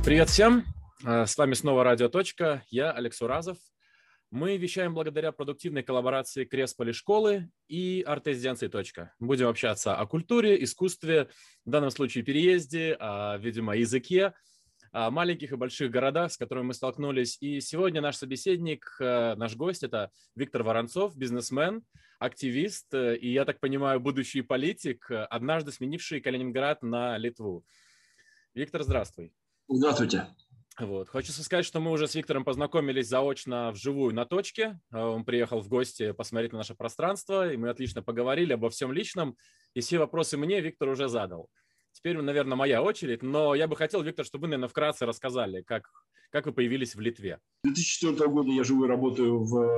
Привет всем! С вами снова Радио Точка. Я Алекс Уразов. Мы вещаем благодаря продуктивной коллаборации Кресполи школы и арт-резиденции Точка. Будем общаться о культуре, искусстве, в данном случае переезде, видимо, языке, о маленьких и больших городах, с которыми мы столкнулись. И сегодня наш собеседник, наш гость – это Виктор Воронцов, бизнесмен, активист и, я так понимаю, будущий политик, однажды сменивший Калининград на Литву. Виктор, здравствуй. Здравствуйте. Хочется сказать, что мы уже с Виктором познакомились заочно вживую на Точке. Он приехал в гости посмотреть на наше пространство, и мы отлично поговорили обо всем личном. И все вопросы мне Виктор уже задал. Теперь, наверное, моя очередь, но я бы хотел, Виктор, чтобы вы, наверное, вкратце рассказали, как вы появились в Литве. С 2004 года я живу и работаю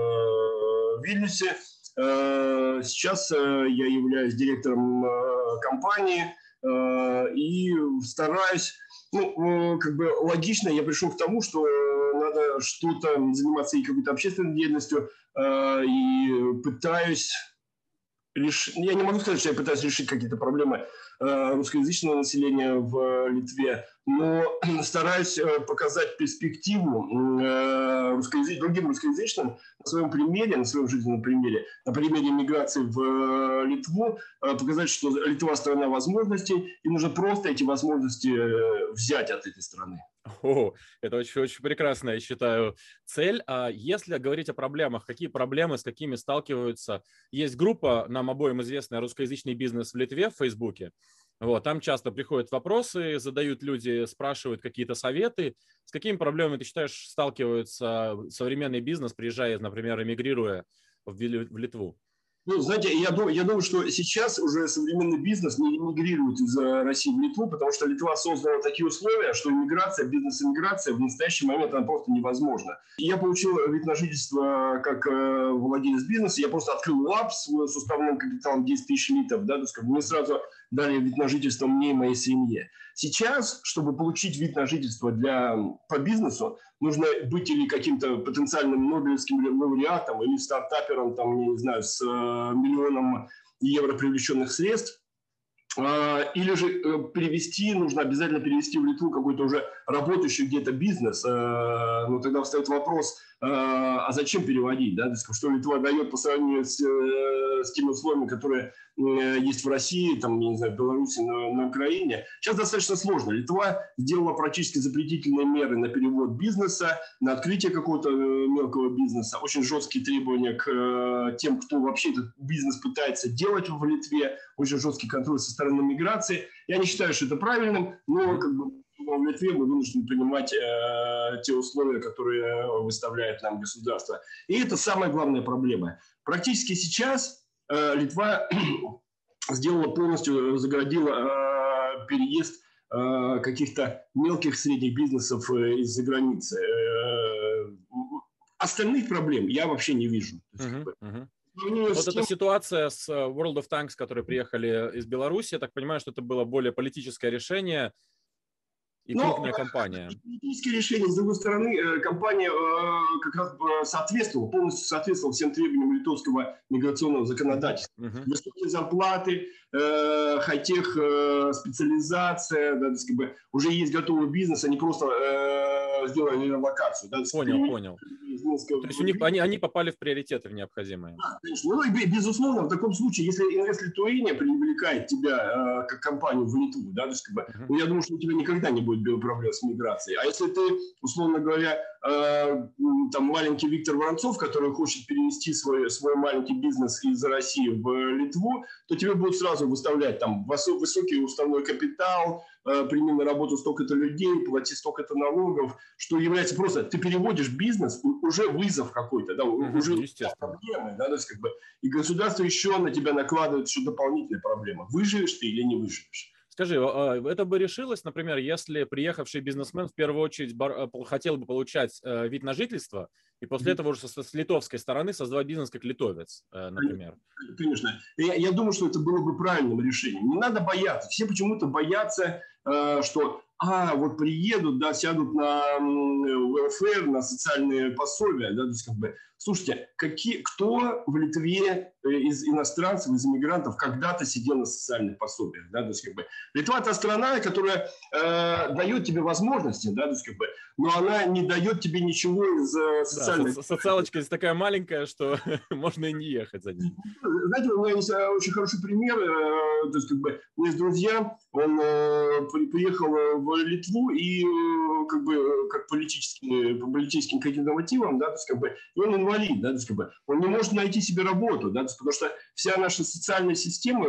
в Вильнюсе. Сейчас я являюсь директором компании и стараюсь, логично я пришел к тому, что надо что-то заниматься и какой-то общественной деятельностью, и пытаюсь решить, я не могу сказать, что я пытаюсь решить какие-то проблемы русскоязычного населения в Литве, но стараюсь показать перспективу другим русскоязычным на своем примере, на своем жизненном примере, на примере миграции в Литву, показать, что Литва – страна возможностей, и нужно просто эти возможности взять от этой страны. Это очень прекрасная, я считаю, цель. А если говорить о проблемах, какие проблемы, с какими сталкиваются? Есть группа, нам обоим известная, «Русскоязычный бизнес» в Литве в Фейсбуке. Там часто приходят вопросы, задают люди, спрашивают какие-то советы. С какими проблемами, ты считаешь, сталкивается современный бизнес, приезжая, например, эмигрируя в Литву? Знаете, я думаю, что сейчас уже современный бизнес не эмигрирует из России в Литву, потому что Литва создала такие условия, что иммиграция, бизнес-иммиграция в настоящий момент она просто невозможна. Я получил вид на жительство как владелец бизнеса, я просто открыл лаб с уставным капиталом 10 тысяч литов, мне сразу дали вид на жительство мне и моей семье. Сейчас, чтобы получить вид на жительство по бизнесу, нужно быть или каким-то потенциальным нобелевским лауреатом, или стартапером, с миллионом евро привлеченных средств, или же нужно обязательно перевести в Литву какой-то уже работающий где-то бизнес. Тогда встает вопрос, а зачем переводить? Что Литва дает по сравнению с теми условиями, которые есть в России, в Беларуси, на Украине. Сейчас достаточно сложно. Литва сделала практически запретительные меры на перевод бизнеса, на открытие какого-то мелкого бизнеса. Очень жесткие требования к тем, кто вообще этот бизнес пытается делать в Литве. Очень жесткий контроль со стороны миграции. Я не считаю, что это правильным, но в Литве мы вынуждены принимать те условия, которые выставляет нам государство. И это самая главная проблема. Практически сейчас Литва загородила переезд каких-то мелких средних бизнесов из-за границы. Остальных проблем я вообще не вижу. Эта ситуация с World of Tanks, которые приехали из Беларуси, я так понимаю, что это было более политическое решение и крупная компания. Политические решения, с другой стороны, компания как раз полностью соответствовала всем требованиям литовского миграционного законодательства. Высокие зарплаты, хай-тех специализация, уже есть готовый бизнес, они просто сделали релокацию. Понял. То есть у них они попали в приоритеты в необходимые. Да, конечно. И, безусловно, в таком случае, если Инвест Литуэния привлекает тебя как компанию в Литву, я думаю, что у тебя никогда не будет проблем с миграцией. А если ты, условно говоря, маленький Виктор Воронцов, который хочет перенести свой маленький бизнес из России в Литву, то тебе будут сразу выставлять высокий уставной капитал, прими на работу столько-то людей, плати столько-то налогов, что является просто, ты переводишь бизнес, уже вызов какой-то, уже проблемы, и государство еще на тебя накладывает еще дополнительные проблемы. Выживешь ты или не выживешь? Скажи, это бы решилось, например, если приехавший бизнесмен в первую очередь хотел бы получать вид на жительство, и после этого уже с литовской стороны создавать бизнес как литовец, например? Конечно. Я думаю, что это было бы правильным решением. Не надо бояться. Все почему-то боятся, что вот приедут, да, сядут на ВФР, на социальные пособия, да, то есть как бы, слушайте, кто в Литве из иностранцев, из иммигрантов когда-то сидел на социальных пособиях, да, то есть как бы Литва та страна, которая дает тебе возможности, да, то есть как бы, но она не дает тебе ничего из социальных. Да, социалочка здесь такая маленькая, что можно и не ехать за ней. Знаете, у меня есть очень хороший пример. То есть, как бы, у меня есть друзья, он приехал в Литву и как бы как по политическим каким-то мотивам, да, то есть, как бы, и он инвалид, да, то есть, как бы, он не может найти себе работу, да, то есть, потому что вся наша социальная система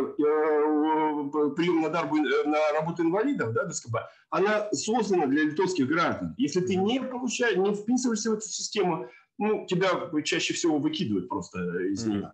прием на работу инвалидов, да, то есть, как бы, она создана для литовских граждан. Если ты не вписываешься в эту систему, ну, тебя чаще всего выкидывают просто из нее.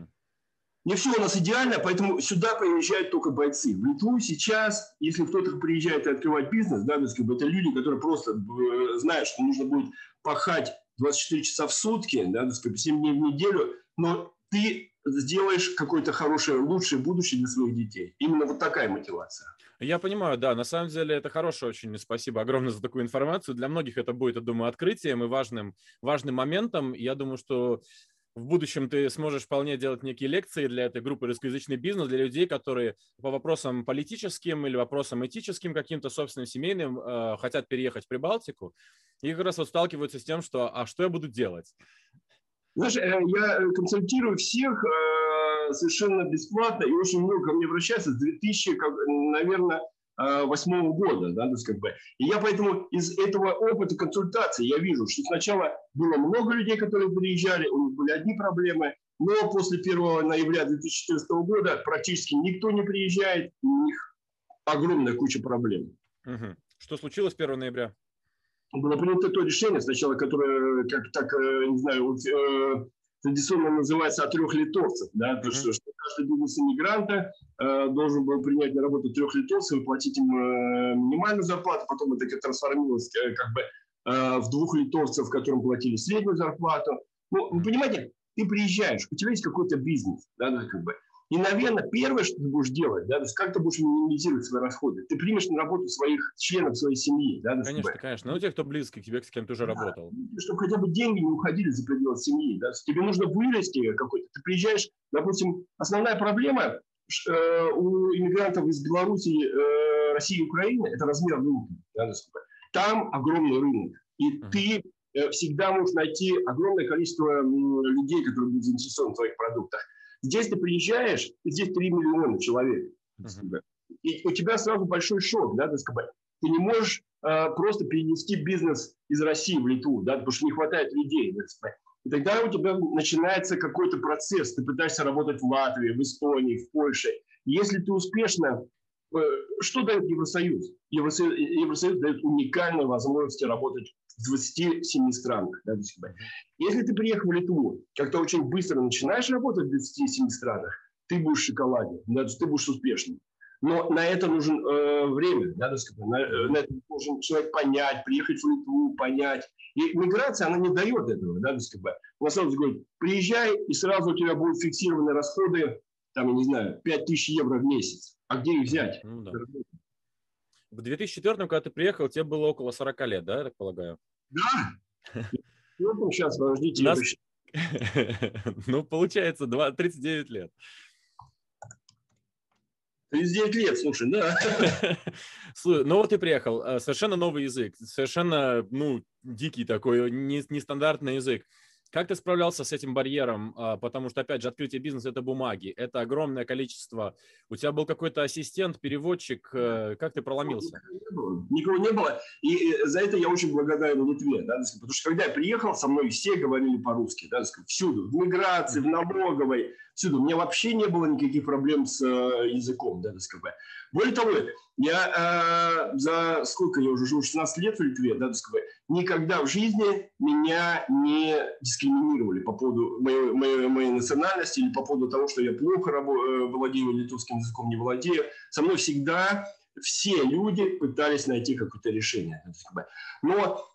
Не все у нас идеально, поэтому сюда приезжают только бойцы. В Литву сейчас, если кто-то приезжает и открывать бизнес, да, это люди, которые просто знают, что нужно будет пахать 24 часа в сутки, да, 7 дней в неделю, но ты сделаешь какое-то хорошее, лучшее будущее для своих детей. Именно вот такая мотивация. Я понимаю, да, на самом деле это хорошее очень, спасибо огромное за такую информацию. Для многих это будет, я думаю, открытием и важным моментом. Я думаю, что в будущем ты сможешь вполне делать некие лекции для этой группы «Русскоязычный бизнес», для людей, которые по вопросам политическим или вопросам этическим, каким-то собственным семейным хотят переехать в Прибалтику и как раз вот сталкиваются с тем, что «а что я буду делать?» Знаешь, я консультирую всех совершенно бесплатно, и очень много ко мне обращаются с 2000, наверное, 2008 года, да, то есть как бы. И я поэтому из этого опыта консультации я вижу, что сначала было много людей, которые приезжали, у них были одни проблемы, но после 1 ноября 2014 года практически никто не приезжает, и у них огромная куча проблем. Угу. Что случилось 1 ноября? Было принято то решение сначала, которое, не знаю, традиционно называется «от 3 литовцев». Да? То, что каждый бизнес-иммигранта должен был принять на работу 3 литовцев и платить им минимальную зарплату. Потом это трансформировалось как бы в 2 литовцев, которым платили среднюю зарплату. Ну, вы понимаете, ты приезжаешь, у тебя есть какой-то бизнес. Да, как бы. И, наверное, первое, что ты будешь делать, да, то есть как ты будешь минимизировать свои расходы. Ты примешь на работу своих членов своей семьи. Да, конечно, конечно. Ну, те, кто близко к тебе, с кем ты уже работал. Чтобы хотя бы деньги не уходили за пределы семьи. Да? Тебе нужно вырасти какой-то. Ты приезжаешь, допустим, основная проблема у иммигрантов из Беларуси, России и Украины – это размер рынка. Да? Там огромный рынок. И ты всегда можешь найти огромное количество людей, которые будут заинтересованы в твоих продуктах. Здесь ты приезжаешь, и здесь 3 миллиона человек. И у тебя сразу большой шок. Да? Ты не можешь просто перенести бизнес из России в Литву, да? Потому что не хватает людей. Да? И тогда у тебя начинается какой-то процесс. Ты пытаешься работать в Латвии, в Эстонии, в Польше. И если ты успешно... Что дает Евросоюз? Евросоюз дает уникальные возможности работать в 27 странах. Да? Если ты приехал в Литву, как-то очень быстро начинаешь работать в 27 странах, ты будешь в шоколаде, да? Ты будешь успешным. Но на это нужно время. Да? На это должен человек понять, приехать в Литву, понять. И миграция, она не дает этого. Да? На самом деле, говорит, приезжай, и сразу у тебя будут фиксированные расходы, там, я не знаю, 5000 евро в месяц. А где их взять? Ну, да. В 2004-м, когда ты приехал, тебе было около 40 лет, да, я так полагаю? Да. Сейчас, подождите. Ну, получается, 39 лет. 39 лет, слушай, да. Ну вот ты приехал, совершенно новый язык, совершенно, дикий такой, нестандартный язык. Как ты справлялся с этим барьером? Потому что, опять же, открытие бизнеса – это бумаги, это огромное количество. У тебя был какой-то ассистент, переводчик. Как ты проломился? Никого не было. И за это я очень благодарен Литве. Да? Потому что, когда я приехал, со мной все говорили по-русски. Да? Всюду. В миграции, в налоговой. Всюду. У меня вообще не было никаких проблем с языком. Да? Более того, я за сколько я уже живу, 16 лет в Литве, да, никогда в жизни меня не дискриминировали по поводу моей национальности или по поводу того, что я плохо владею литовским языком, не владею. Со мной всегда все люди пытались найти какое-то решение. Но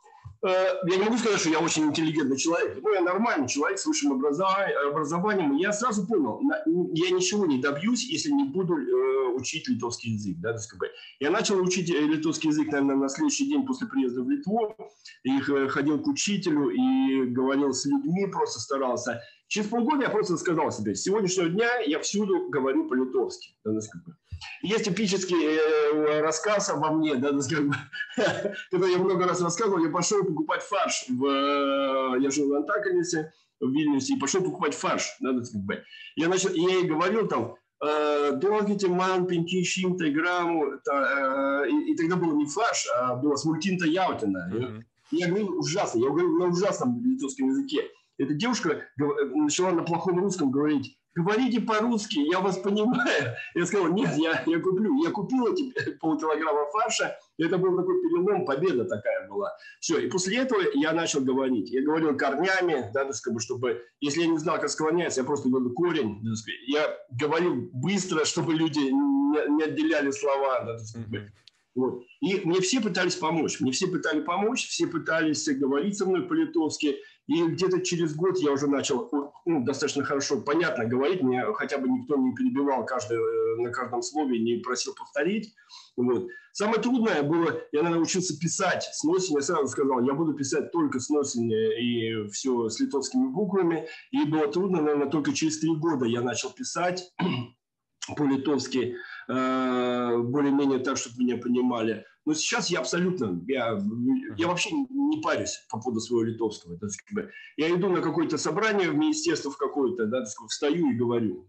Я не могу сказать, что я очень интеллигентный человек. Ну, я нормальный человек с высшим образованием. Я сразу понял, я ничего не добьюсь, если не буду учить литовский язык. Да, я начал учить литовский язык, наверное, на следующий день после приезда в Литву. И ходил к учителю и говорил с людьми, просто старался. Через полгода я просто сказал себе, с сегодняшнего дня я всюду говорю по-литовски. Да, есть типический рассказ обо мне, да, когда я много раз рассказывал, я пошел покупать фарш. Я жил в Антакалисе, в Вильнюсе, и пошел покупать фарш. Да, я ей говорил там, долгите ман, 500 граммов, и тогда было не фарш, а было смультинта яутина. Я говорил ужасно, я говорил на ужасном литовском языке. Эта девушка начала на плохом русском говорить, говорите по-русски, я вас понимаю. Я сказал, нет, я куплю. Я купил эти полкилограмма фарша. Это был такой перелом, победа такая была. Все, и после этого я начал говорить. Я говорил корнями, да, чтобы, если я не знал, как склоняться, я просто говорил корень. Я говорил быстро, чтобы люди не отделяли слова. Да, вот. И мне все пытались помочь. Все пытались говорить со мной по-литовски. И где-то через год я уже начал достаточно хорошо, понятно говорить. Мне хотя бы никто не перебивал на каждом слове, не просил повторить. Вот. Самое трудное было, я научился писать с носини. Я сразу сказал, я буду писать только с носини и все с литовскими буквами. И было трудно, наверное, только через 3 года я начал писать по-литовски, более-менее так, чтобы меня понимали. Но сейчас я абсолютно, я вообще не парюсь по поводу своего литовского. Я иду на какое-то собрание в министерство в какое-то, да, встаю и говорю.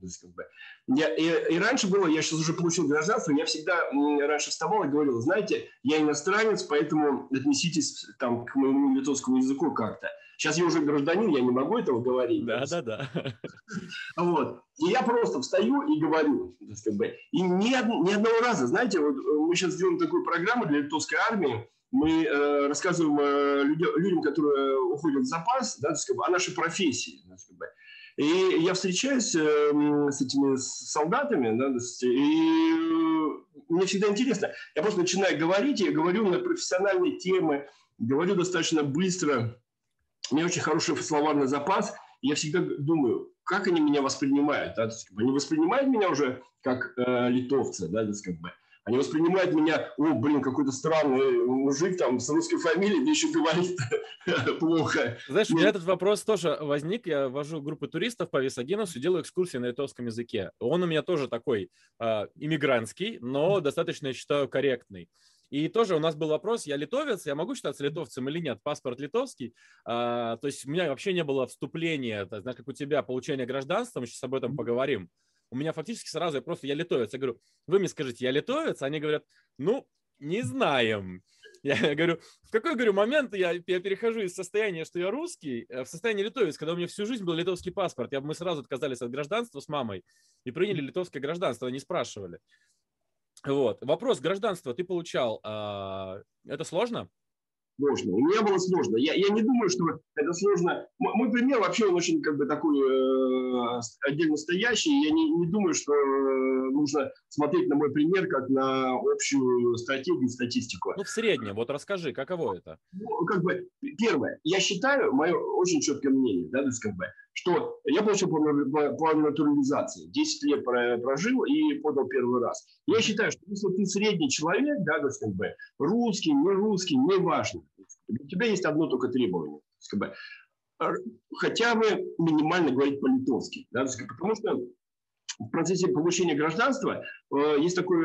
И раньше было, я сейчас уже получил гражданство, я всегда раньше вставал и говорил, знаете, я иностранец, поэтому отнеситесь там, к моему литовскому языку как-то. Сейчас я уже гражданин, я не могу этого говорить. Да. Вот. И я просто встаю и говорю. И ни одного раза, знаете, вот мы сейчас делаем такую программу для литовской армии, мы рассказываем людям, которые уходят в запас, да, о нашей профессии. И я встречаюсь с этими солдатами, да, и мне всегда интересно. Я просто начинаю говорить, я говорю на профессиональные темы, говорю достаточно быстро. У меня очень хороший словарный запас. И я всегда думаю, как они меня воспринимают. Да? Они воспринимают меня уже как литовца. Да? Они воспринимают меня, какой-то странный мужик там с русской фамилией, где еще говорит плохо. Знаешь, у меня этот вопрос тоже возник. Я вожу группы туристов по Висагинусу, делаю экскурсии на литовском языке. Он у меня тоже такой иммигрантский, но достаточно, я считаю, корректный. И тоже у нас был вопрос, я литовец, я могу считаться литовцем или нет, паспорт литовский. То есть у меня вообще не было вступления, знаешь, как у тебя, получение гражданства, мы сейчас об этом поговорим. У меня фактически сразу, я литовец. Я говорю, вы мне скажите, я литовец? Они говорят, не знаем. Я говорю, в какой, момент я перехожу из состояния, что я русский, в состояние литовец, когда у меня всю жизнь был литовский паспорт. Мы сразу отказались от гражданства с мамой и приняли литовское гражданство, они спрашивали. Вот. Вопрос гражданства ты получал. Это сложно? Сложно. У меня было сложно. Я не думаю, что это сложно. Мой пример вообще он очень такой отдельно стоящий. Я не думаю, что нужно смотреть на мой пример как на общую стратегию, статистику. В среднем. Вот расскажи, каково это? Первое. Я считаю, мое очень четкое мнение, да, что я получил план натурализации. 10 лет прожил и подал первый раз. Я считаю, что если ты средний человек, да, русский, не русский, не важно. У тебя есть одно только требование. Хотя бы минимально говорить по-литовски. Да, потому что в процессе получения гражданства есть такой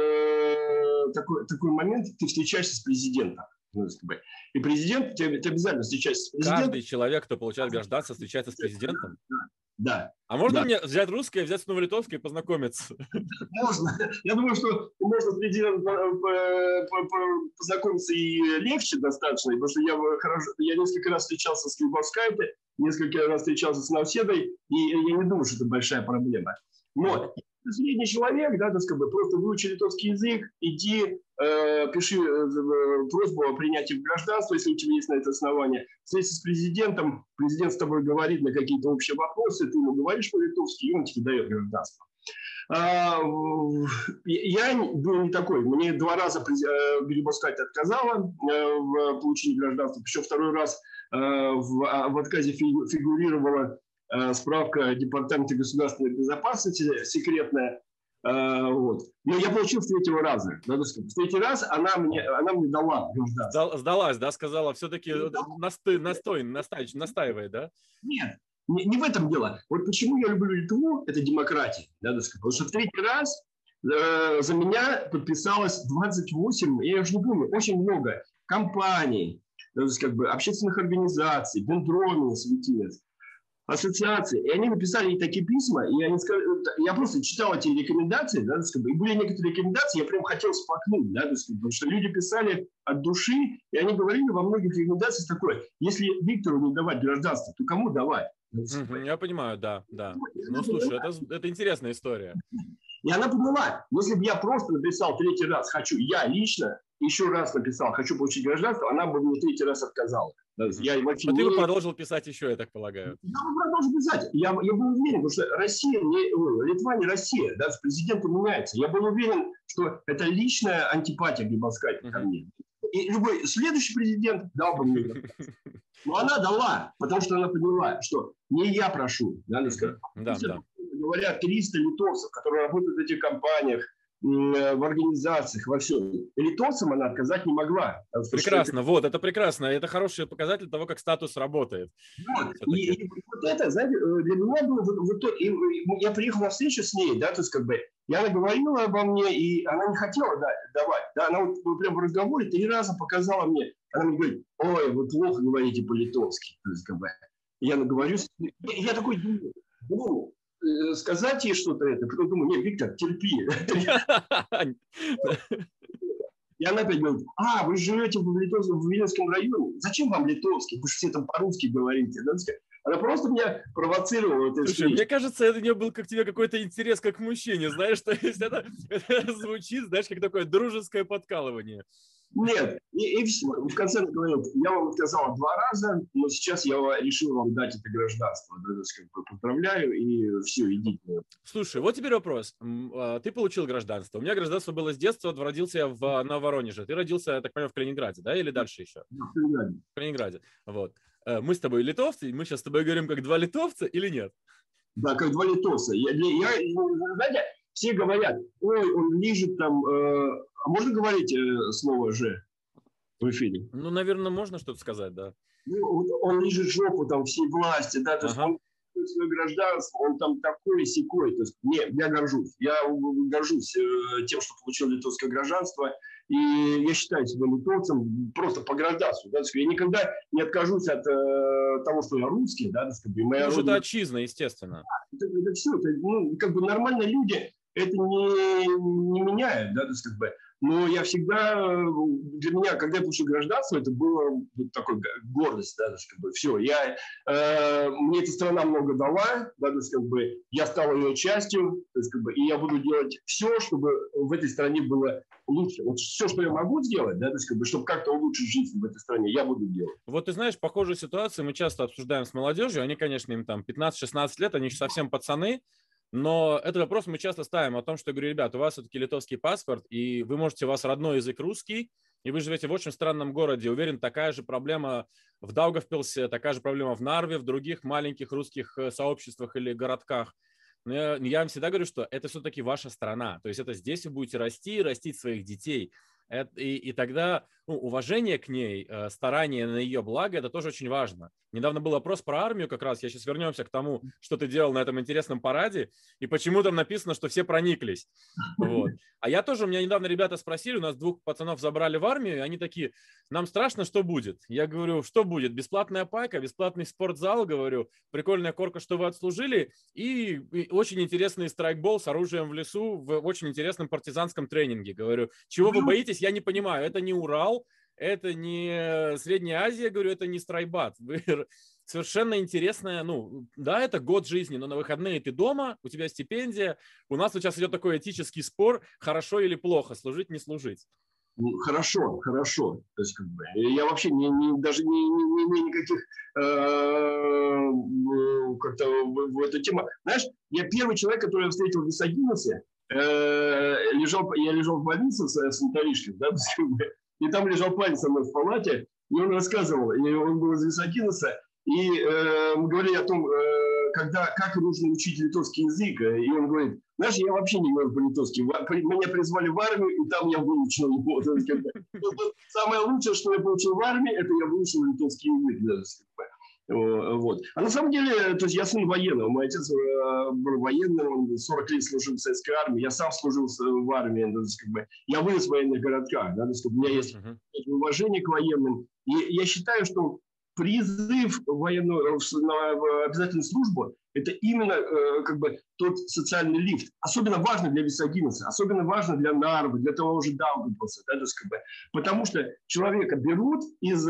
момент, ты встречаешься с президентом. И президент, ты обязательно встречаешься с президентом. Каждый человек, кто получает гражданство, встречается с президентом? Да. А можно мне взять русское, взять снова литовское и познакомиться? Можно. Я думаю, что можно с президентом познакомиться и легче достаточно, потому что я несколько раз встречался с ним в скайпе, несколько раз встречался с Навседой, и я не думаю, что это большая проблема. Но средний человек, да, просто выучи литовский язык, иди, пиши просьбу о принятии в гражданство, если у тебя есть на это основание. Встретиться с президентом, президент с тобой говорит на какие-то общие вопросы, ты ему говоришь по-литовски, и он тебе дает гражданство. Я был не такой. Мне 2 раза Грибоскать отказала в получении гражданства. Причем второй раз в отказе фигурировала справка Департамента государственной безопасности секретная. Вот. Но я получил с 3-го раза. В 3-й раз она мне дала гражданство. Сдалась, да, сказала, все-таки настаивает, да? Нет, не в этом дело. Вот почему я люблю Литву, это демократия. Потому что в 3-й раз за меня подписалось 28, я уже не помню, очень много компаний, общественных организаций, Бендромин, Светилец, ассоциации. И они написали такие письма, и они сказали, я просто читал эти рекомендации, и были некоторые рекомендации, я прям хотел сплакнуть, потому что люди писали от души, и они говорили во многих рекомендациях такое: если Виктору не давать гражданство, то кому давать? Я понимаю, да. Ну, слушай, это интересная история. И она поняла, если бы я просто написал 3-й раз «хочу», я лично еще раз написал «хочу получить гражданство», она бы мне 3-й раз отказала. Но ты бы продолжил писать еще, я так полагаю. Я бы продолжил писать. Я был уверен, потому что Литва не Россия, президенты меняются. Я был уверен, что это личная антипатия Грибоскайте ко мне. И любой следующий президент дал бы мне. Но она дала, потому что она поняла, что не я прошу. Говорят 300 литовцев, которые работают в этих компаниях, в организациях, во всем. И литовцам она отказать не могла. Прекрасно, это прекрасно. Это хороший показатель того, как статус работает. И вот это, знаете, для меня было я приехал на встречу с ней, и она говорила обо мне, и она не хотела давать. Да, она вот прям в разговоре 3 раза показала мне. Она мне говорит: ой, вы плохо говорите по-литовски. Я говорю, я такой думаю, сказать ей что-то это, потом думаю: нет, Виктор, терпи. И она опять говорит: вы живете в Виленском районе, зачем вам литовский, вы же все там по-русски говорите. Она просто меня провоцировала. Слушай, мне кажется, это не был как тебе какой-то интерес как к мужчине, знаешь, то есть это звучит, знаешь, как такое дружеское подкалывание. Нет, и все. В конце она говорит: я вам отказала 2 раза, но сейчас я решил вам дать это гражданство. Поздравляю, и все, идите. Слушай, вот теперь вопрос. Ты получил гражданство. У меня гражданство было с детства, родился я на Воронеже. Ты родился, я так понимаю, в Калининграде, да, или дальше еще? В Калининграде. В Калининграде, вот. Мы с тобой литовцы, мы сейчас с тобой говорим как 2 литовца или нет? Да, как 2 литовца. Знаете, все говорят: ой, он лижет там... А можно говорить слово «же» в эфире? Ну, наверное, можно что-то сказать, да. Он лижет жопу там всей власти, да, то есть он свое гражданство, он там такой-сякой. То есть я горжусь. Я горжусь тем, что получил литовское гражданство. И я считаю себя литовцем просто по гражданству. Да, я никогда не откажусь от того, что я русский. Да, это отчизна, естественно. Это все. Нормальные люди это не меняет. Да, но я всегда, для меня, когда я получил гражданство, это было такой гордость, все, мне эта страна много дала, я стал ее частью, и я буду делать все, чтобы в этой стране было лучше. Вот все, что я могу сделать, чтобы как-то улучшить жизнь в этой стране, я буду делать. Вот ты знаешь, похожую ситуацию мы часто обсуждаем с молодежью, они, конечно, им там 15-16 лет, они еще совсем пацаны. Но этот вопрос мы часто ставим о том, что я говорю: ребят, у вас все-таки литовский паспорт, и у вас родной язык русский, и вы живете в очень странном городе. Уверен, такая же проблема в Даугавпилсе, такая же проблема в Нарве, в других маленьких русских сообществах или городках. Но я вам всегда говорю, что это все-таки ваша страна. То есть это здесь вы будете расти, растить своих детей. И тогда уважение к ней, старание на ее благо, это тоже очень важно. Недавно был опрос про армию как раз. Я сейчас вернемся к тому, что ты делал на этом интересном параде, и почему там написано, что все прониклись. Вот. А я тоже, у меня недавно ребята спросили, у нас 2 пацанов забрали в армию, и они такие: нам страшно, что будет? Я говорю: что будет? Бесплатная пайка, бесплатный спортзал, говорю, прикольная корка, что вы отслужили, и очень интересный страйкбол с оружием в лесу в очень интересном партизанском тренинге. Говорю: чего вы боитесь? Я не понимаю. Это не Урал, это не Средняя Азия, говорю, это не Страйбат. Совершенно интересная, да, это год жизни, но на выходные ты дома, у тебя стипендия. У нас сейчас идет такой этический спор: хорошо или плохо, служить, не служить. Ну, хорошо, хорошо. То есть, как бы, я вообще даже не имею никаких как-то в эту тему. Знаешь, я первый человек, который я встретил в Висагиносе, я лежал в больнице в Санторишке, да, и там лежал парень со мной в палате, и он рассказывал, и он был из Висагиноса, и мы говорили о том, как нужно учить литовский язык, и он говорит, знаешь, я вообще не говорю по-литовски, меня призвали в армию, и там я выучил его. Самое лучшее, что я получил в армии, это я выучил литовский язык. Вот. А на самом деле, то есть я сын военного, мой отец был военным, он 40 лет служил в советской армии, я сам служил в армии, я вырос в военных городках, да, у меня есть уважение к военным, и я считаю, что призыв военную на обязательную службу – это именно тот социальный лифт. Особенно важно для Висагиноса, особенно важно для Нарвы, для того же Даугавпилса. Да, потому что человека берут из…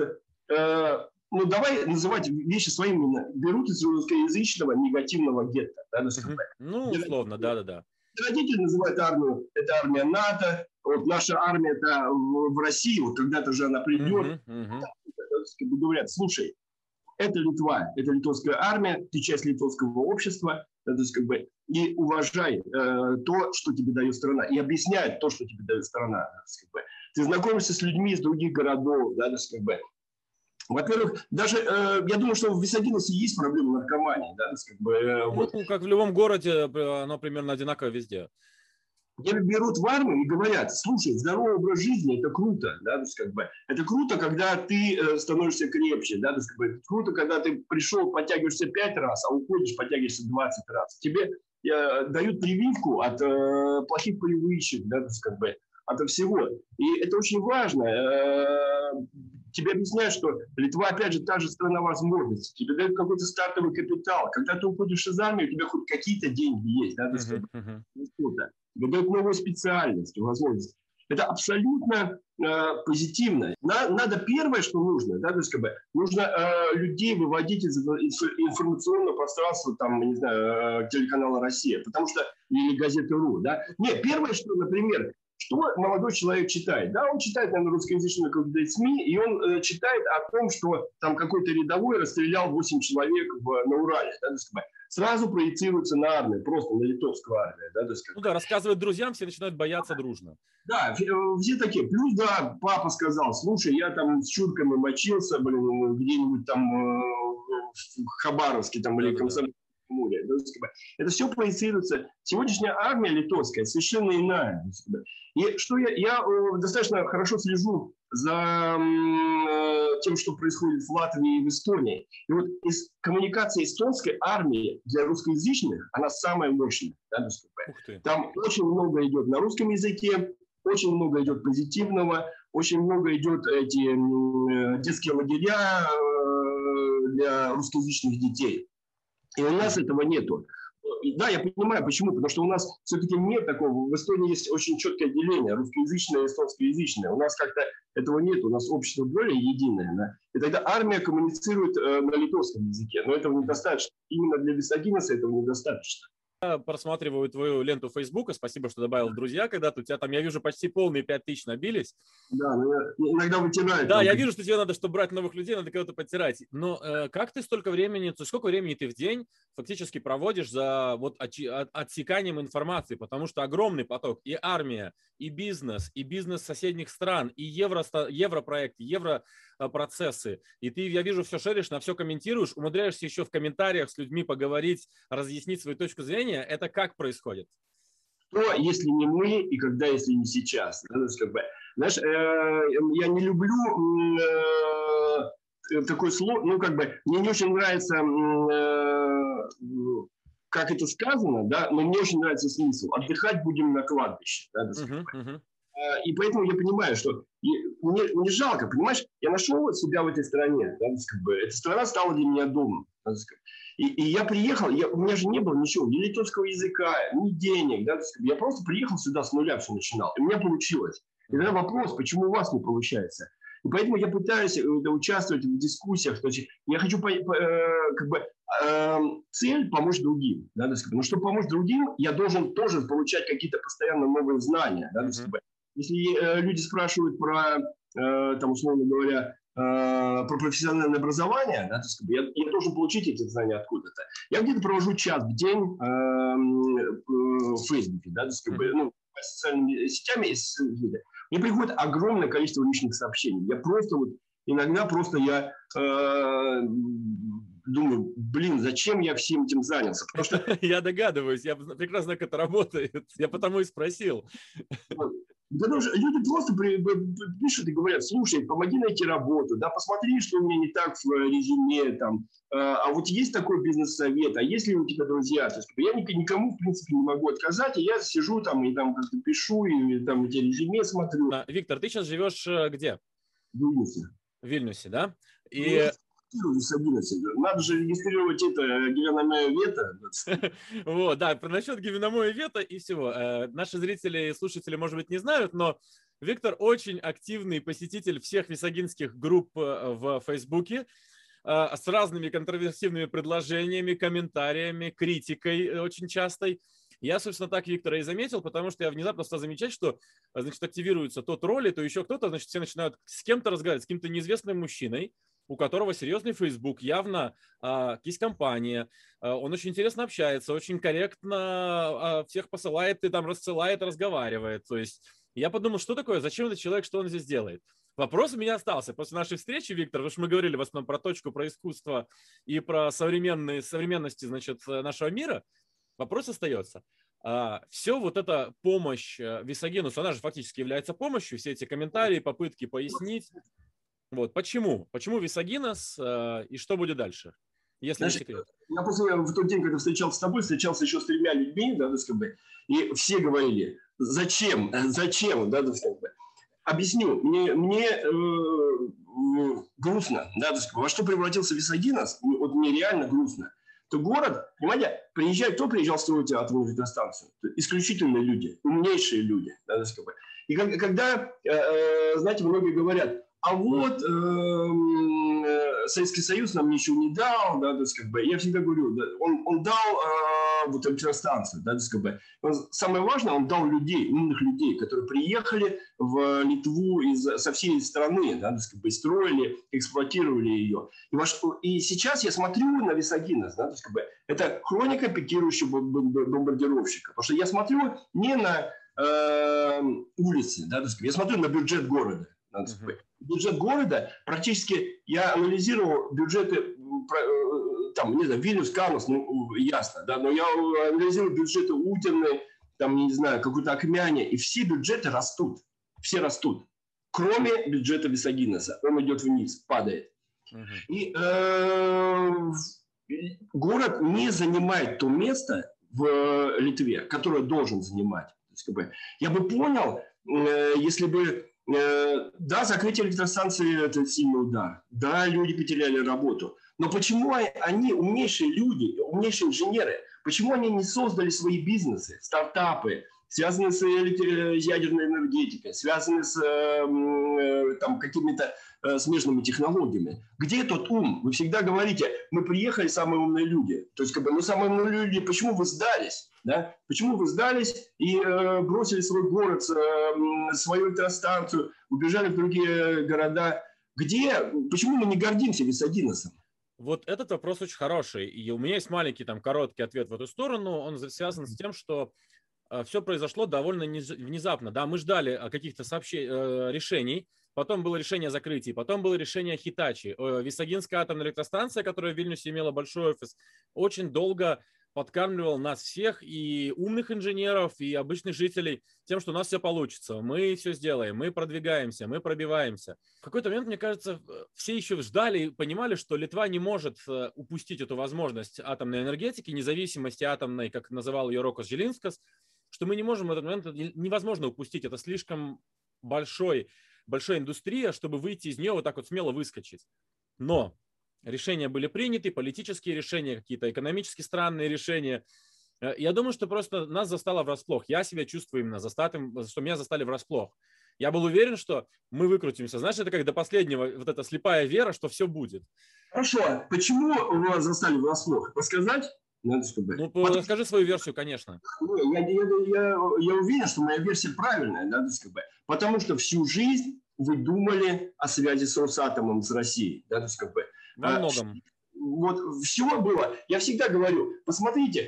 давай называть вещи своими именами. Берут из русскоязычного негативного гетто. Да, условно, да. Родители называют армию, это армия НАТО. Вот наша армия это в России, вот когда-то же она придет. Говорят, слушай, это Литва, это литовская армия, ты часть литовского общества, и уважай то, что тебе дает страна, и объясняй то, что тебе дает страна. Ты знакомишься с людьми из других городов, во-первых, даже я думаю, что в Висагиносе есть проблема наркомании, как в любом городе, оно примерно одинаково везде. Тебя берут в армию и говорят, слушай, здоровый образ жизни – это круто. Да, это круто, когда ты становишься крепче. Да, круто, когда ты пришел, подтягиваешься 5 раз, а уходишь, подтягиваешься 20 раз. Тебе дают прививку от плохих привычек, да, от всего. И это очень важно. Тебе объясняют, что Литва, опять же, та же страна возможностей. Тебе дают какой-то стартовый капитал. Когда ты уходишь из армии, у тебя хоть какие-то деньги есть. Да, тебе дают новую специальность, возможность. Это абсолютно позитивно. Надо первое, что нужно, да, нужно людей выводить из информационного пространства, там, не знаю, телеканала «Россия», потому что, или газеты.ру, да. Нет, первое, что, например, что молодой человек читает? Да, он читает, наверное, русскоязычные какие-то СМИ, и он читает о том, что там какой-то рядовой расстрелял 8 человек на Урале. Да, сразу проецируется на армию, просто на литовскую армию. Рассказывают друзьям, все начинают бояться дружно. Да, все такие. Плюс, да, папа сказал, слушай, я там с чурками мочился, где-нибудь там в Хабаровске там, или Комсомольском море. Это все проецируется. Сегодняшняя армия литовская совершенно иная. И что я достаточно хорошо слежу за тем, что происходит в Латвии и в Эстонии. И вот из коммуникации эстонской армии для русскоязычных, она самая мощная. Да, там очень много идет на русском языке, очень много идет позитивного, очень много идет эти детские лагеря для русскоязычных детей. И у нас этого нету. Да, я понимаю, почему. Потому что у нас все-таки нет такого. В Эстонии есть очень четкое деление. Русскоязычное и эстонскоязычное. У нас как-то этого нет. У нас общество более единое. Да? И тогда армия коммуницирует на литовском языке. Но этого недостаточно. Именно для Висагиноса этого недостаточно. Я просматриваю твою ленту Фейсбука. Спасибо, что добавил в друзья когда-то. У тебя там, я вижу, почти полные 5000 набились. Да, иногда вытирают. Да, я вижу, что тебе надо, чтобы брать новых людей, надо кого-то подтирать. Но как ты сколько времени ты в день фактически проводишь за отсеканием информации? Потому что огромный поток. И армия, и бизнес соседних стран, и европроекты, европрocессы. И ты, я вижу, все шеришь, на все комментируешь, умудряешься еще в комментариях с людьми поговорить, разъяснить свою точку зрения. Это как происходит? Что, если не мы, и когда, если не сейчас? Знаешь, я не люблю такой слово, мне не очень нравится, как это сказано, да, но мне очень нравится смысл. Отдыхать будем на кладбище. Да, и поэтому я понимаю, что мне жалко, понимаешь, я нашел себя в этой стране. Да, эта страна стала для меня домом. И я приехал, у меня же не было ничего, ни литовского языка, ни денег. Да, я просто приехал сюда с нуля, все начинал. И у меня получилось. И тогда вопрос, почему у вас не получается? И поэтому я пытаюсь участвовать в дискуссиях. То есть я хочу цель помочь другим. Да, но чтобы помочь другим, я должен тоже получать какие-то постоянно новые знания. Да, если люди спрашивают про, там, условно говоря, про профессиональное образование, да, то есть, я должен получить эти знания откуда-то. Я где-то провожу час в день в Фейсбуке, да, то есть, ну, социальными сетями. Мне приходит огромное количество личных сообщений. Я просто вот иногда я думаю, блин, зачем я всем этим занялся? Потому что я догадываюсь, я прекрасно знаю, как это работает. Я потому и спросил. Потому что люди просто пишут и говорят: слушай, помоги найти работу, да, посмотри, что у меня не так в резюме, там, а вот есть такой бизнес-совет, а есть ли у тебя друзья? То есть я никому, в принципе, не могу отказать, и я сижу там и там как-то пишу, и там эти резюме смотрю. Виктор, ты сейчас живешь где? В Вильнюсе. В Вильнюсе, да? И... Надо же регистрировать это гивеномое вето. Вот, да, насчет гивеномое вето и всего. Наши зрители и слушатели, может быть, не знают, но Виктор очень активный посетитель всех висагинских групп в Фейсбуке с разными контроверсивными предложениями, комментариями, критикой очень частой. Я, собственно, так Виктора и заметил, потому что я внезапно стал замечать, что, значит, активируется то тролли, то еще кто-то, значит, все начинают с кем-то разговаривать, с каким-то неизвестным мужчиной, у которого серьезный Facebook, явно есть компания, он очень интересно общается, очень корректно всех посылает и там рассылает, разговаривает. То есть я подумал, что такое, зачем этот человек, что он здесь делает? Вопрос у меня остался после нашей встречи, Виктор, потому что мы говорили в основном про точку, про искусство и про современности, значит, нашего мира. Вопрос остается. Все вот эта помощь Висагинусу, она же фактически является помощью, все эти комментарии, попытки пояснить. Вот, почему? Почему Висагинус и что будет дальше? Если не секрет. Я в тот день, когда встречался с тобой, встречался еще с 3 людьми, да, и все говорили: зачем, да, объясню, мне грустно, да, во что превратился Висагинус, вот мне реально грустно. То город, понимаете, кто приезжал строить атомную электростанцию? Исключительные люди, умнейшие люди, да, и когда, знаете, многие говорят: а вот Советский Союз нам ничего не дал, да, то есть, я всегда говорю, да, он дал вот электростанцию, да, то есть, самое важное, он дал людей, умных людей, которые приехали в Литву со всей страны, да, то есть, строили, эксплуатировали ее. И сейчас я смотрю на Висагинус, да, то есть, это хроника пикирующего бомбардировщика, потому что я смотрю не на улицы, да, то есть, я смотрю на бюджет города. Бюджет города, практически я анализировал бюджеты, там, не знаю, Вильнюс, Каунас, ну, ясно, да, но я анализировал бюджеты Утерны, там, не знаю, какой-то Акмяне, и все бюджеты растут, все растут, кроме бюджета Висагинуса, он идет вниз, падает. И город не занимает то место в Литве, которое должен занимать. То есть, я бы понял, если бы да, закрытие электростанции – это сильный удар. Да, люди потеряли работу. Но почему они, умнейшие люди, умнейшие инженеры, почему они не создали свои бизнесы, стартапы, связанные с ядерной энергетикой, связанные с там, какими-то смежными технологиями? Где тот ум? Вы всегда говорите: мы приехали, самые умные люди. То есть, ну, самые умные люди, почему вы сдались? Да? Почему вы сдались и бросили свой город, свою электростанцию, убежали в другие города? Почему мы не гордимся Висагинусом? Вот этот вопрос очень хороший. И у меня есть маленький там короткий ответ в эту сторону. Он связан с тем, что все произошло довольно внезапно. Да, мы ждали каких-то решений. Потом было решение о закрытии, потом было решение о Хитачи. Висагинская атомная электростанция, которая в Вильнюсе имела большой офис, очень долго подкармливал нас всех, и умных инженеров, и обычных жителей, тем, что у нас все получится. Мы все сделаем, мы продвигаемся, мы пробиваемся. В какой-то момент, мне кажется, все еще ждали и понимали, что Литва не может упустить эту возможность атомной энергетики, независимости атомной, как называл ее Рокос Желинскас, что мы не можем в этот момент, невозможно упустить. Это слишком большая индустрия, чтобы выйти из нее вот так вот смело выскочить. Но решения были приняты, политические решения, какие-то экономически странные решения. Я думаю, что просто нас застало врасплох. Я себя чувствую именно что меня застали врасплох. Я был уверен, что мы выкрутимся. Знаешь, это как до последнего, вот эта слепая вера, что все будет. Хорошо. Почему вас застали врасплох? Рассказать? Ну, расскажи свою версию, конечно. Я уверен, что моя версия правильная, да, потому что всю жизнь вы думали о связи с Росатомом, с Россией. Да, во многом. Вот все было. Я всегда говорю, посмотрите,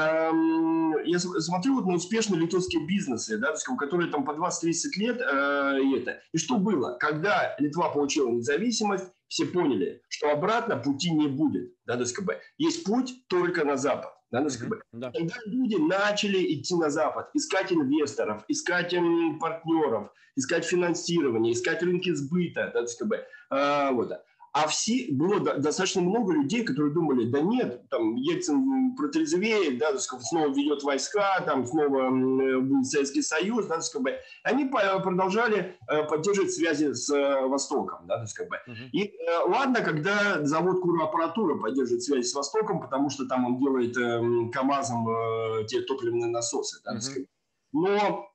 я смотрю вот на успешные литовские бизнесы, да, которые там по 20-30 лет и что было? Когда Литва получила независимость, все поняли, что обратно пути не будет. Да, есть путь только на запад. Да, да. Тогда люди начали идти на запад, искать инвесторов, искать партнеров, искать финансирование, искать рынки сбыта. Да, вот. А было достаточно много людей, которые думали, да нет, там Ельцин протрезвеет, да, снова ведет войска, там снова будет Советский Союз, да, они продолжали поддерживать связи с Востоком. Да, И ладно, когда завод Куроаппаратура поддерживает связи с Востоком, потому что там он делает КАМАЗом те топливные насосы. Да, но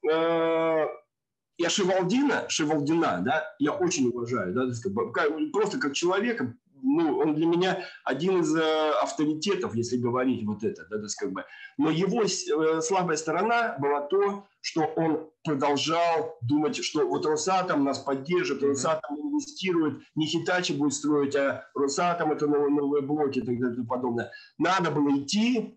я Шевалдина, да, я очень уважаю, да, просто как человека, ну, он для меня один из авторитетов, если говорить вот это, да, но его слабая сторона была то, что он продолжал думать, что вот Росатом нас поддержит, Росатом инвестирует, не Хитачи будет строить, а Росатом это новые блоки и так далее и тому подобное. Надо было идти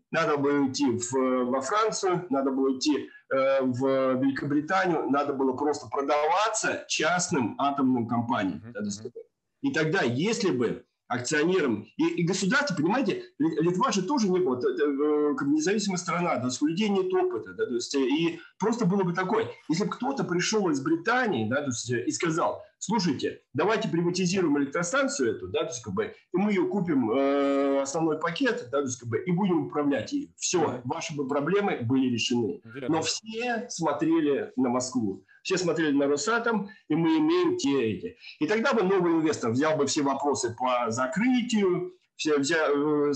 во Францию, надо было идти в Великобританию, надо было просто продаваться частным атомным компаниям. И тогда, если бы акционерам и государство, понимаете, Литва же тоже не была как независимая страна, да, у людей нет опыта, да, то есть, и просто было бы такое, если бы кто-то пришел из Британии, да, то есть, и сказал, слушайте, давайте приватизируем электростанцию эту, да, то есть, и мы ее купим основной пакет, да, то есть, и будем управлять ею. Все, ваши бы проблемы были решены. Но все смотрели на Москву. Все смотрели на Росатом, и мы имеем те эти. И тогда бы новый инвестор взял бы все вопросы по закрытию, потому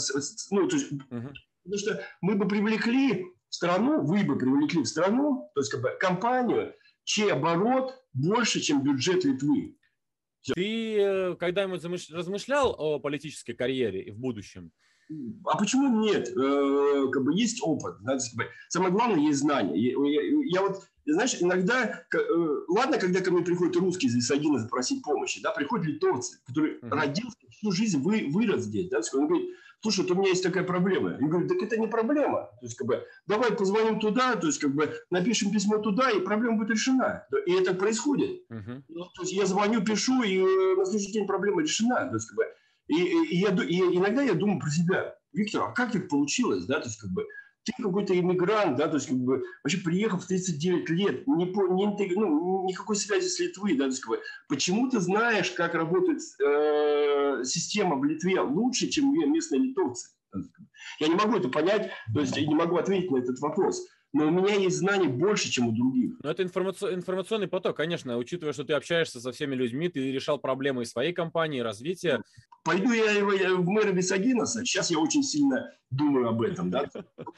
что мы бы привлекли в страну, вы бы привлекли в страну, то есть компанию, чей оборот больше, чем бюджет Литвы. Ты когда-нибудь размышлял о политической карьере и в будущем? А почему нет? Есть опыт. Да? Самое главное, есть знания. Я вот, знаешь, иногда, ладно, когда ко мне приходят русские из Висагина запросить помощи, да, приходят литовцы, которые родился, всю жизнь вырос здесь. Да? Он говорит, слушай, вот у меня есть такая проблема. Я говорю, так это не проблема. То есть, давай позвоним туда, то есть, напишем письмо туда, и проблема будет решена. И это происходит. То есть, я звоню, пишу, и на следующий день проблема решена. То есть, и иногда я думаю про себя, Виктор, а как так получилось, да, то есть ты какой-то иммигрант, да, то есть вообще приехав в 39 лет, никакой связи с Литвой, да, то есть почему ты знаешь, как работает система в Литве лучше, чем местные литовцы? Я не могу это понять, то есть я не могу ответить на этот вопрос. Но у меня есть знаний больше, чем у других. Но это информационный поток, конечно, учитывая, что ты общаешься со всеми людьми, ты решал проблемы своей компании, развития. Пойду я в мэра Висагинаса, сейчас я очень сильно думаю об этом. Да?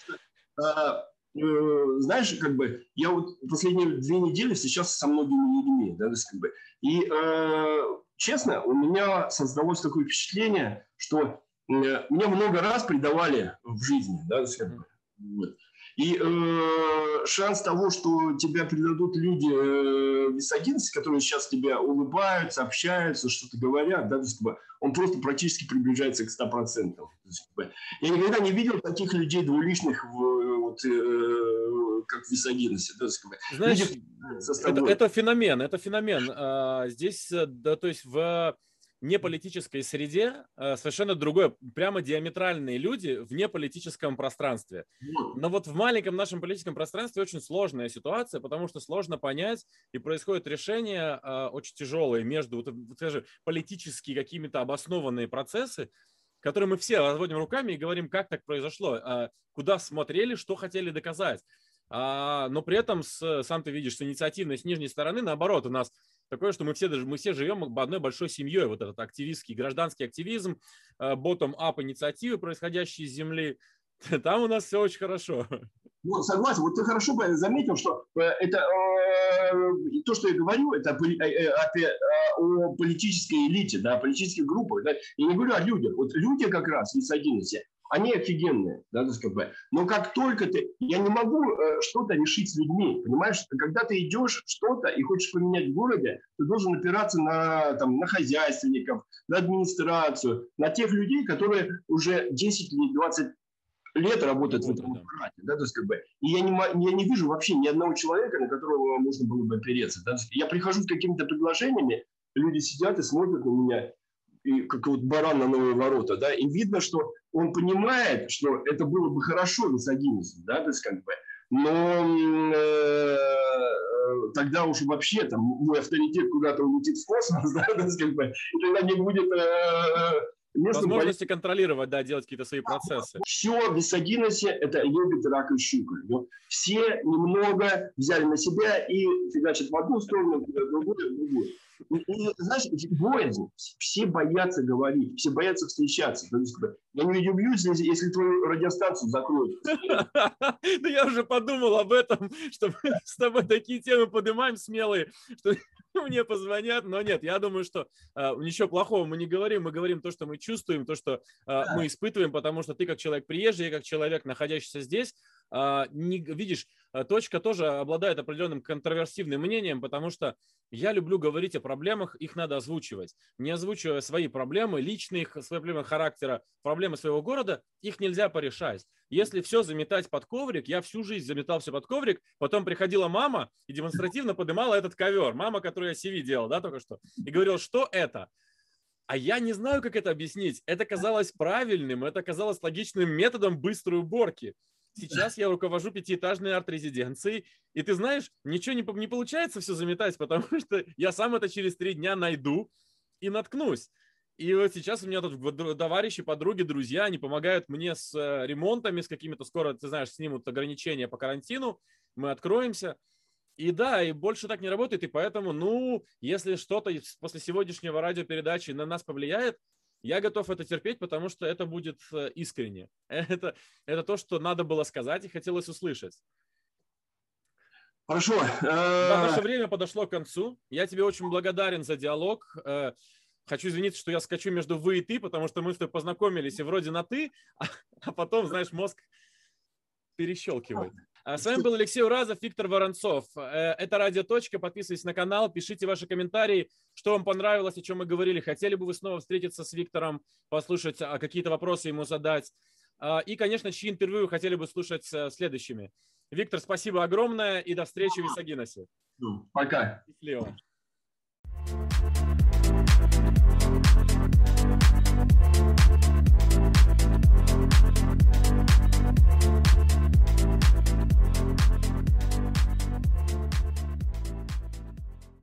Знаешь, я вот последние 2 недели встречался со многими людьми. Да? И, честно, у меня создалось такое впечатление, что меня много раз предавали в жизни. Да? Вот. И шанс того, что тебя предадут люди висагинцы, которые сейчас тебя улыбаются, общаются, что-то говорят, да, он просто практически приближается к 100%. Я никогда не видел таких людей двуличных, как в Висагиносе. Да, знаешь, это феномен. Здесь, да, то есть в неполитической среде совершенно другое, прямо диаметральные люди в неполитическом пространстве. Но вот в маленьком нашем политическом пространстве очень сложная ситуация, потому что сложно понять, и происходят решения очень тяжелые между, скажем, политические какими-то обоснованные процессы, которые мы все разводим руками и говорим, как так произошло, куда смотрели, что хотели доказать. Но при этом, сам ты видишь, с инициативной, с нижней стороны, наоборот, у нас такое, что мы все живем одной большой семьей. Вот этот активистский, гражданский активизм, bottom-up инициативы, происходящие с земли. Там у нас все очень хорошо. Ну, согласен. Вот ты хорошо заметил, что это то, что я говорю, это о политической элите, да, политических группах. Да. Я не говорю о людях. Вот люди как раз в Висагиносе, они офигенные, да, но как только я не могу что-то решить с людьми, понимаешь, когда ты идешь что-то и хочешь поменять в городе, ты должен опираться на хозяйственников, на администрацию, на тех людей, которые уже 10 или 20 лет работают в этом аппарате. Да, и я не вижу вообще ни одного человека, на которого можно было бы опереться. Да, я прихожу с какими-то предложениями, люди сидят и смотрят на меня, и как вот баран на новые ворота, да, и видно, что он понимает, что это было бы хорошо висагинусу, да, но тогда уж вообще там мой авторитет куда-то улетит в космос, да, и тогда не будет возможности контролировать, да, делать какие-то свои процессы. Все в висагиносе это лебедь, рак и щука. Все немного взяли на себя и фигачат в одну сторону, в другую. И, знаешь, боязнь. Все боятся говорить, все боятся встречаться. Я не удивлюсь, если твою радиостанцию закроют. Да я уже подумал об этом, что мы с тобой такие темы поднимаем смелые, что мне позвонят, но нет, я думаю, что ничего плохого мы не говорим, мы говорим то, что мы чувствуем, то, что мы испытываем, потому что ты как человек приезжий, я как человек, находящийся здесь, видишь, точка тоже обладает определенным контроверсивным мнением, потому что я люблю говорить о проблемах, их надо озвучивать. Не озвучивая свои проблемы, личные, свои проблемы характера, проблемы своего города, их нельзя порешать. Если все заметать под коврик, я всю жизнь заметал все под коврик, потом приходила мама и демонстративно поднимала этот ковер. Мама, которую я CV делал, да, только что, и говорила, что это? А я не знаю, как это объяснить. Это казалось правильным, это казалось логичным методом быстрой уборки. Сейчас я руковожу 5-этажной арт-резиденцией, и ты знаешь, ничего не получается все заметать, потому что я сам это через 3 дня найду и наткнусь. И вот сейчас у меня тут товарищи, подруги, друзья, они помогают мне с ремонтами, с какими-то, скоро, ты знаешь, снимут ограничения по карантину, мы откроемся. И да, и больше так не работает, и поэтому, если что-то после сегодняшнего радиопередачи на нас повлияет, я готов это терпеть, потому что это будет искренне. Это то, что надо было сказать и хотелось услышать. Хорошо. Да, наше время подошло к концу. Я тебе очень благодарен за диалог. Хочу извиниться, что я скачу между вы и ты, потому что мы с тобой познакомились и вроде на ты, а потом, знаешь, мозг перещелкивает. С вами был Алексей Уразов, Виктор Воронцов. Это Радио Точка. Подписывайтесь на канал, пишите ваши комментарии, что вам понравилось, о чем мы говорили. Хотели бы вы снова встретиться с Виктором, послушать, какие-то вопросы ему задать. И, конечно, чьи интервью вы хотели бы слушать следующими. Виктор, спасибо огромное и до встречи в Висагиносе. Пока. Счастливо.